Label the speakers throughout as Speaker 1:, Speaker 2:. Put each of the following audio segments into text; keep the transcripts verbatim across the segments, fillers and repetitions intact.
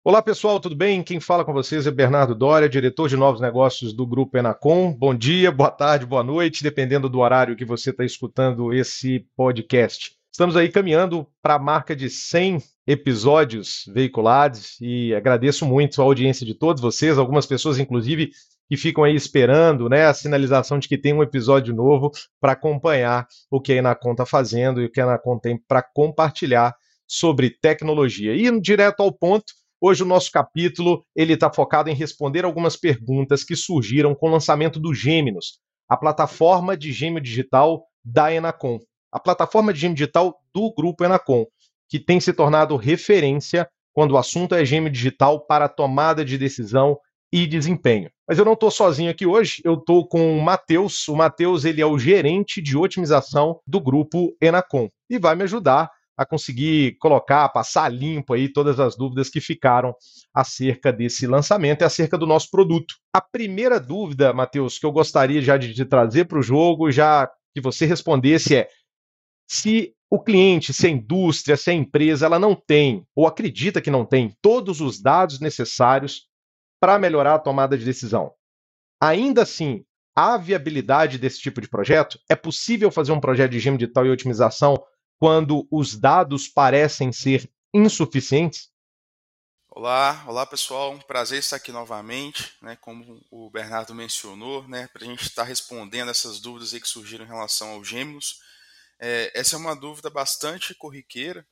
Speaker 1: Olá pessoal, tudo bem? Quem fala com vocês é Bernardo Doria, diretor de novos negócios do Grupo Enacom. Bom dia, boa tarde, boa noite, dependendo do horário que você está escutando esse podcast. Estamos aí caminhando para a marca de cem episódios veiculados e agradeço muito a audiência de todos vocês, algumas pessoas inclusive que ficam aí esperando, né, a sinalização de que tem um episódio novo para acompanhar o que a Enacom está fazendo e o que a Enacom tem para compartilhar sobre tecnologia. E indo direto ao ponto, hoje o nosso capítulo ele está focado em responder algumas perguntas que surgiram com o lançamento do Gêmeos, a plataforma de gêmeo digital da Enacom, a plataforma de gêmeo digital do grupo Enacom, que tem se tornado referência quando o assunto é gêmeo digital para tomada de decisão e desempenho. Mas eu não estou sozinho aqui hoje, eu estou com o Matheus. O Matheus ele é o gerente de otimização do grupo Enacom e vai me ajudar a conseguir colocar, passar limpo aí todas as dúvidas que ficaram acerca desse lançamento e acerca do nosso produto. A primeira dúvida, Matheus, que eu gostaria já de, de trazer para o jogo, já que você respondesse é se o cliente, se a indústria, se a empresa, ela não tem ou acredita que não tem todos os dados necessários para melhorar a tomada de decisão. Ainda assim, há viabilidade desse tipo de projeto? É possível fazer um projeto de gêmeo digital e otimização quando os dados parecem ser insuficientes?
Speaker 2: Olá, olá pessoal, um prazer estar aqui novamente, né, como o Bernardo mencionou, né, para a gente estar respondendo essas dúvidas aí que surgiram em relação aos gêmeos. É, essa é uma dúvida bastante corriqueira,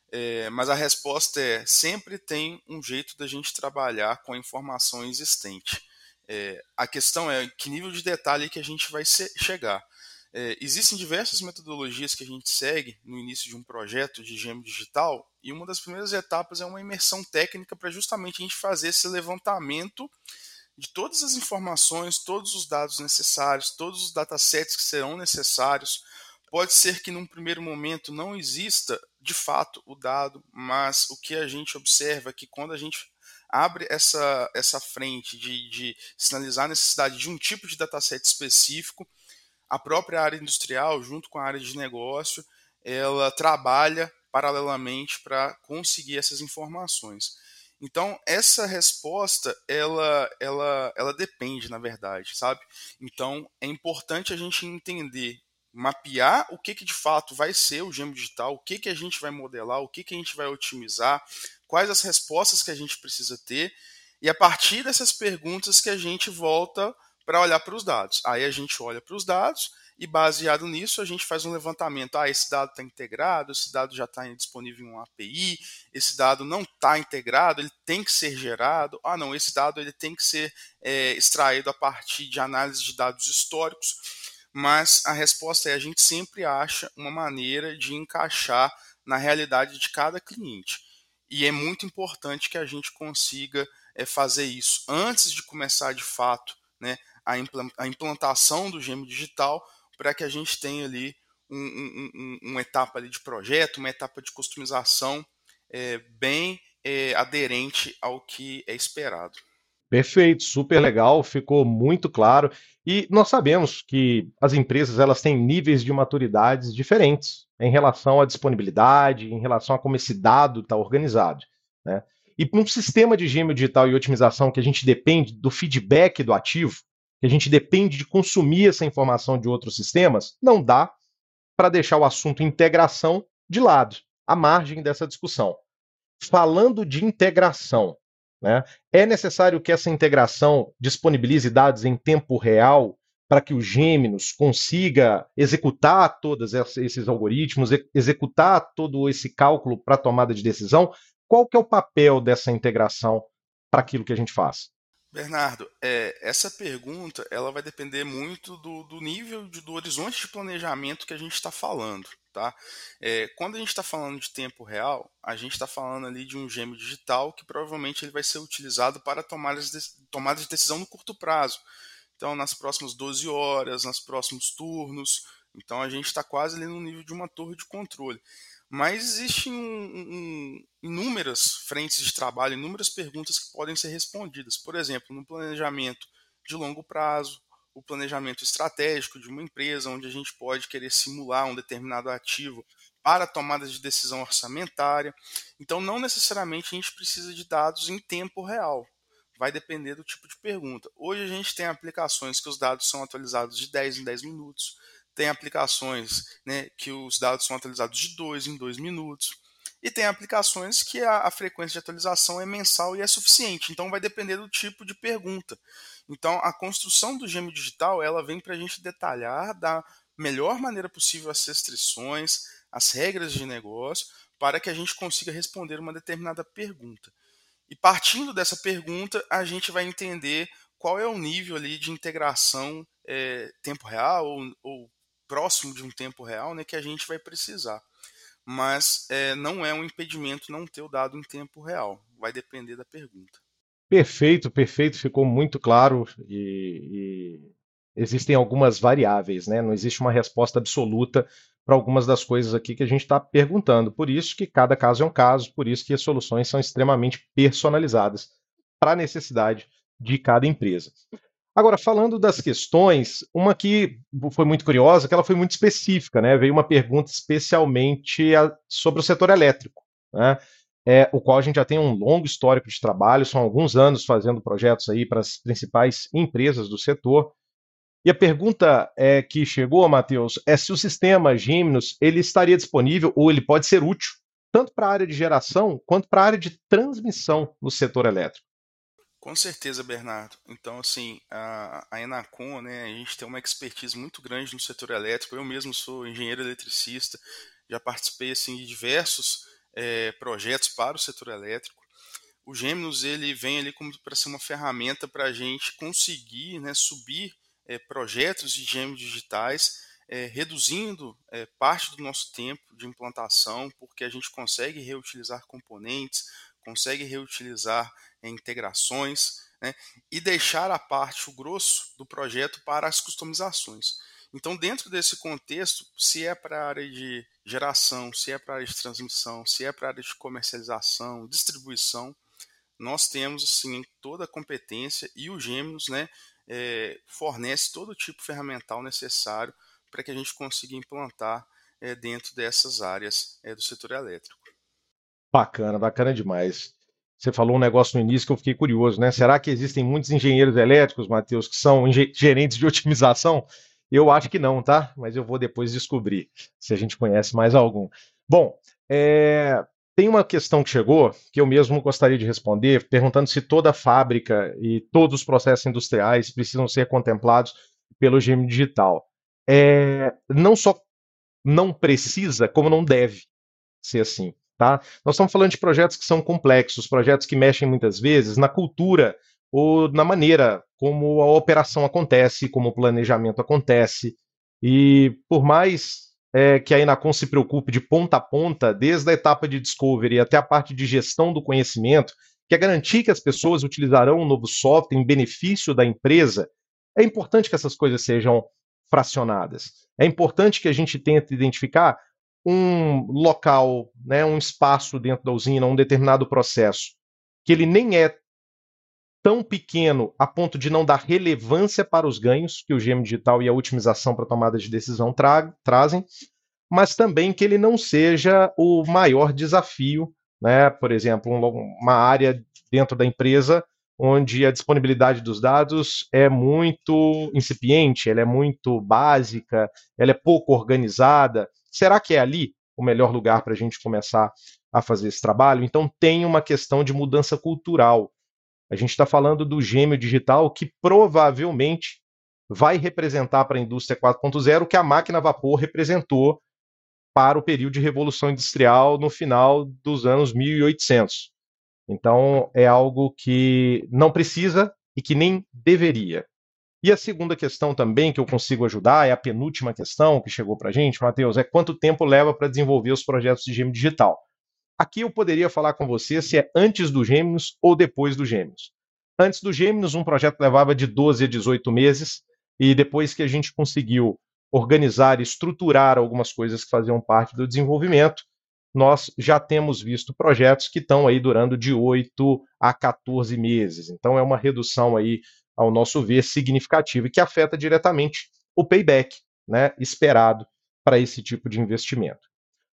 Speaker 2: é, mas a resposta é: sempre tem um jeito da gente trabalhar com a informação existente. É, a questão é que nível de detalhe que a gente vai se- chegar. É, existem diversas metodologias que a gente segue no início de um projeto de gêmeo digital, e uma das primeiras etapas é uma imersão técnica para justamente a gente fazer esse levantamento de todas as informações, todos os dados necessários, todos os datasets que serão necessários. Pode ser que num primeiro momento não exista de fato o dado, mas o que a gente observa é que quando a gente abre essa, essa frente de, de sinalizar a necessidade de um tipo de dataset específico, a própria área industrial, junto com a área de negócio, ela trabalha paralelamente para conseguir essas informações. Então, essa resposta, ela, ela, ela depende, na verdade, sabe? Então, é importante a gente entender, mapear o que, que de fato vai ser o gêmeo digital, o que, que a gente vai modelar, o que, que a gente vai otimizar, quais as respostas que a gente precisa ter, e a partir dessas perguntas que a gente volta para olhar para os dados. Aí a gente olha para os dados e, baseado nisso, a gente faz um levantamento. Ah, esse dado está integrado, esse dado já está disponível em uma A P I, esse dado não está integrado, ele tem que ser gerado. Ah, não, esse dado ele tem que ser é, extraído a partir de análise de dados históricos. Mas a resposta é: a gente sempre acha uma maneira de encaixar na realidade de cada cliente. E é muito importante que a gente consiga é, fazer isso antes de começar de fato, né, a, implan a implantação do gêmeo digital, para que a gente tenha ali um, um, um, uma etapa ali de projeto, uma etapa de customização é, bem é, aderente ao que é esperado.
Speaker 1: Perfeito, super legal, ficou muito claro. E nós sabemos que as empresas elas têm níveis de maturidades diferentes em relação à disponibilidade, em relação a como esse dado está organizado, né? E num sistema de gêmeo digital e otimização que a gente depende do feedback do ativo, que a gente depende de consumir essa informação de outros sistemas, não dá para deixar o assunto integração de lado, à margem dessa discussão. Falando de integração, né, é necessário que essa integração disponibilize dados em tempo real para que o Gêmeos consiga executar todos esses algoritmos, executar todo esse cálculo para tomada de decisão? Qual que é o papel dessa integração para aquilo que a gente faz?
Speaker 2: Bernardo, é, essa pergunta ela vai depender muito do, do nível de, do horizonte de planejamento que a gente está falando, tá? É, quando a gente está falando de tempo real, a gente está falando ali de um gêmeo digital que provavelmente ele vai ser utilizado para tomadas de, tomada de decisão no curto prazo. Então, nas próximas doze horas, nos próximos turnos. Então, a gente está quase ali no nível de uma torre de controle. Mas existem um, um, inúmeras frentes de trabalho, inúmeras perguntas que podem ser respondidas. Por exemplo, no planejamento de longo prazo, o planejamento estratégico de uma empresa, onde a gente pode querer simular um determinado ativo para a tomada de decisão orçamentária. Então, não necessariamente a gente precisa de dados em tempo real. Vai depender do tipo de pergunta. Hoje a gente tem aplicações que os dados são atualizados de dez em dez minutos, tem aplicações, né, que os dados são atualizados de dois em dois minutos, e tem aplicações que a, a frequência de atualização é mensal e é suficiente. Então vai depender do tipo de pergunta. Então a construção do Gêmeo Digital ela vem para a gente detalhar da melhor maneira possível as restrições, as regras de negócio, para que a gente consiga responder uma determinada pergunta. E partindo dessa pergunta, a gente vai entender qual é o nível ali de integração é, tempo real ou, ou próximo de um tempo real, né, que a gente vai precisar. Mas é, não é um impedimento não ter o dado em tempo real. Vai depender da pergunta.
Speaker 1: Perfeito, perfeito, ficou muito claro e, e existem algumas variáveis, né? Não existe uma resposta absoluta para algumas das coisas aqui que a gente está perguntando. Por isso que cada caso é um caso, por isso que as soluções são extremamente personalizadas para a necessidade de cada empresa. Agora, falando das questões, uma que foi muito curiosa, que ela foi muito específica, né? Veio uma pergunta especialmente a, sobre o setor elétrico, né? É, o qual a gente já tem um longo histórico de trabalho, são alguns anos fazendo projetos aí para as principais empresas do setor. E a pergunta é, que chegou, Matheus, é se o sistema Gêmeos ele estaria disponível ou ele pode ser útil tanto para a área de geração quanto para a área de transmissão no setor elétrico.
Speaker 2: Com certeza, Bernardo. Então, assim, a, a Enacom, né, a gente tem uma expertise muito grande no setor elétrico. Eu mesmo sou engenheiro eletricista, já participei assim, de diversos é, projetos para o setor elétrico. O Gêmeos ele vem ali como para ser uma ferramenta para a gente conseguir, né, subir é, projetos de Gêmeos digitais, é, reduzindo é, parte do nosso tempo de implantação, porque a gente consegue reutilizar componentes, consegue reutilizar é, integrações, né, e deixar à parte o grosso do projeto para as customizações. Então, dentro desse contexto, se é para a área de geração, se é para a área de transmissão, se é para a área de comercialização, distribuição, nós temos assim, toda a competência e o Gêmeos, né, é, fornece todo o tipo ferramental necessário para que a gente consiga implantar é, dentro dessas áreas é, do setor elétrico.
Speaker 1: Bacana, bacana demais. Você falou um negócio no início que eu fiquei curioso, né? Será que existem muitos engenheiros elétricos, Matheus, que são gerentes de otimização? Eu acho que não, tá? Mas eu vou depois descobrir se a gente conhece mais algum. Bom, é, tem uma questão que chegou que eu mesmo gostaria de responder, perguntando se toda fábrica e todos os processos industriais precisam ser contemplados pelo Gêmeo Digital. É, não só não precisa, como não deve ser assim. Tá? Nós estamos falando de projetos que são complexos, projetos que mexem muitas vezes na cultura ou na maneira como a operação acontece, como o planejamento acontece. E por mais é, que a Enacom se preocupe de ponta a ponta, desde a etapa de discovery até a parte de gestão do conhecimento, que é garantir que as pessoas utilizarão um novo software em benefício da empresa, é importante que essas coisas sejam fracionadas. É importante que a gente tente identificar um local, né, um espaço dentro da usina, um determinado processo, que ele nem é tão pequeno a ponto de não dar relevância para os ganhos que o Gêmeo Digital e a otimização para tomada de decisão tra trazem, mas também que ele não seja o maior desafio, né? Por exemplo, uma área dentro da empresa onde a disponibilidade dos dados é muito incipiente, ela é muito básica, ela é pouco organizada. Será que é ali o melhor lugar para a gente começar a fazer esse trabalho? Então tem uma questão de mudança cultural. A gente está falando do Gêmeo Digital que provavelmente vai representar para a indústria quatro ponto zero o que a máquina a vapor representou para o período de Revolução Industrial no final dos anos mil e oitocentos. Então é algo que não precisa e que nem deveria. E a segunda questão também que eu consigo ajudar, é a penúltima questão que chegou para a gente, Matheus, é quanto tempo leva para desenvolver os projetos de Gêmeo Digital. Aqui eu poderia falar com você se é antes do Gêmeos ou depois do Gêmeos. Antes do Gêmeos, um projeto levava de doze a dezoito meses, e depois que a gente conseguiu organizar e estruturar algumas coisas que faziam parte do desenvolvimento, nós já temos visto projetos que estão aí durando de oito a quatorze meses. Então é uma redução aí, ao nosso ver, significativa e que afeta diretamente o payback, né, esperado para esse tipo de investimento.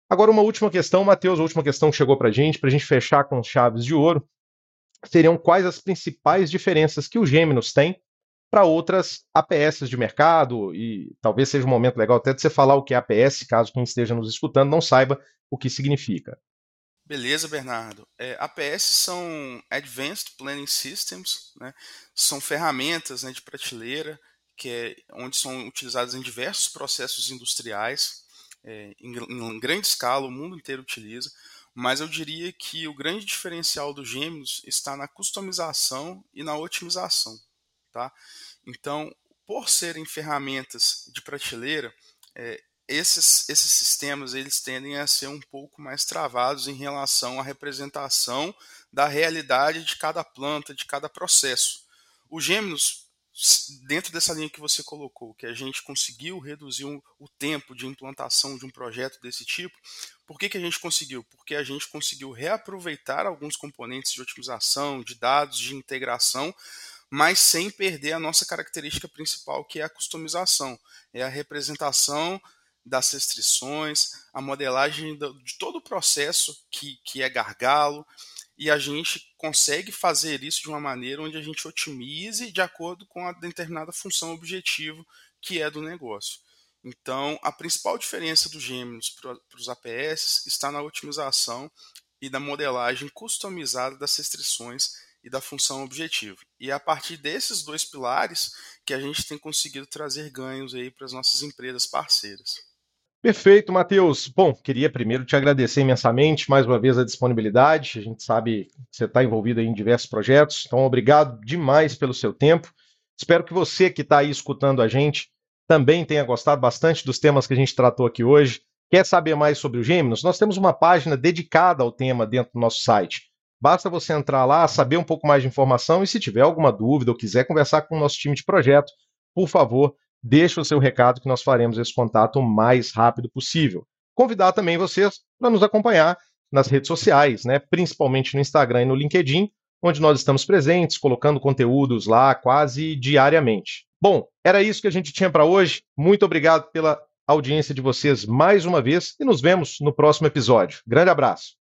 Speaker 1: Agora, uma última questão, Matheus, a última questão que chegou para a gente, para a gente fechar com chaves de ouro, seriam quais as principais diferenças que o Geminus tem para outras A P S de mercado, e talvez seja um momento legal até de você falar o que é A P S, caso quem esteja nos escutando não saiba o que significa.
Speaker 2: Beleza, Bernardo. É, A P S são Advanced Planning Systems, né? São ferramentas, né, de prateleira, que é, onde são utilizadas em diversos processos industriais, é, em, em grande escala, o mundo inteiro utiliza, mas eu diria que o grande diferencial do Geminus está na customização e na otimização. Tá? Então, por serem ferramentas de prateleira, é, esses, esses sistemas eles tendem a ser um pouco mais travados em relação à representação da realidade de cada planta, de cada processo. O Geminus, dentro dessa linha que você colocou, que a gente conseguiu reduzir um, o tempo de implantação de um projeto desse tipo, por que, que a gente conseguiu? Porque a gente conseguiu reaproveitar alguns componentes de otimização, de dados, de integração, mas sem perder a nossa característica principal, que é a customização, é a representação das restrições, a modelagem de todo o processo que, que é gargalo, e a gente consegue fazer isso de uma maneira onde a gente otimize de acordo com a determinada função objetivo que é do negócio. Então, a principal diferença do Geminus para os A P S está na otimização e na modelagem customizada das restrições e da função objetivo. E é a partir desses dois pilares que a gente tem conseguido trazer ganhos aí para as nossas empresas parceiras.
Speaker 1: Perfeito, Matheus. Bom, queria primeiro te agradecer imensamente, mais uma vez, a disponibilidade. A gente sabe que você está envolvido em diversos projetos, então obrigado demais pelo seu tempo. Espero que você que está aí escutando a gente também tenha gostado bastante dos temas que a gente tratou aqui hoje. Quer saber mais sobre o Geminus? Nós temos uma página dedicada ao tema dentro do nosso site. Basta você entrar lá, saber um pouco mais de informação e se tiver alguma dúvida ou quiser conversar com o nosso time de projeto, por favor, deixe o seu recado que nós faremos esse contato o mais rápido possível. Convidar também vocês para nos acompanhar nas redes sociais, né? Principalmente no Instagram e no LinkedIn, onde nós estamos presentes, colocando conteúdos lá quase diariamente. Bom, era isso que a gente tinha para hoje. Muito obrigado pela audiência de vocês mais uma vez e nos vemos no próximo episódio. Grande abraço!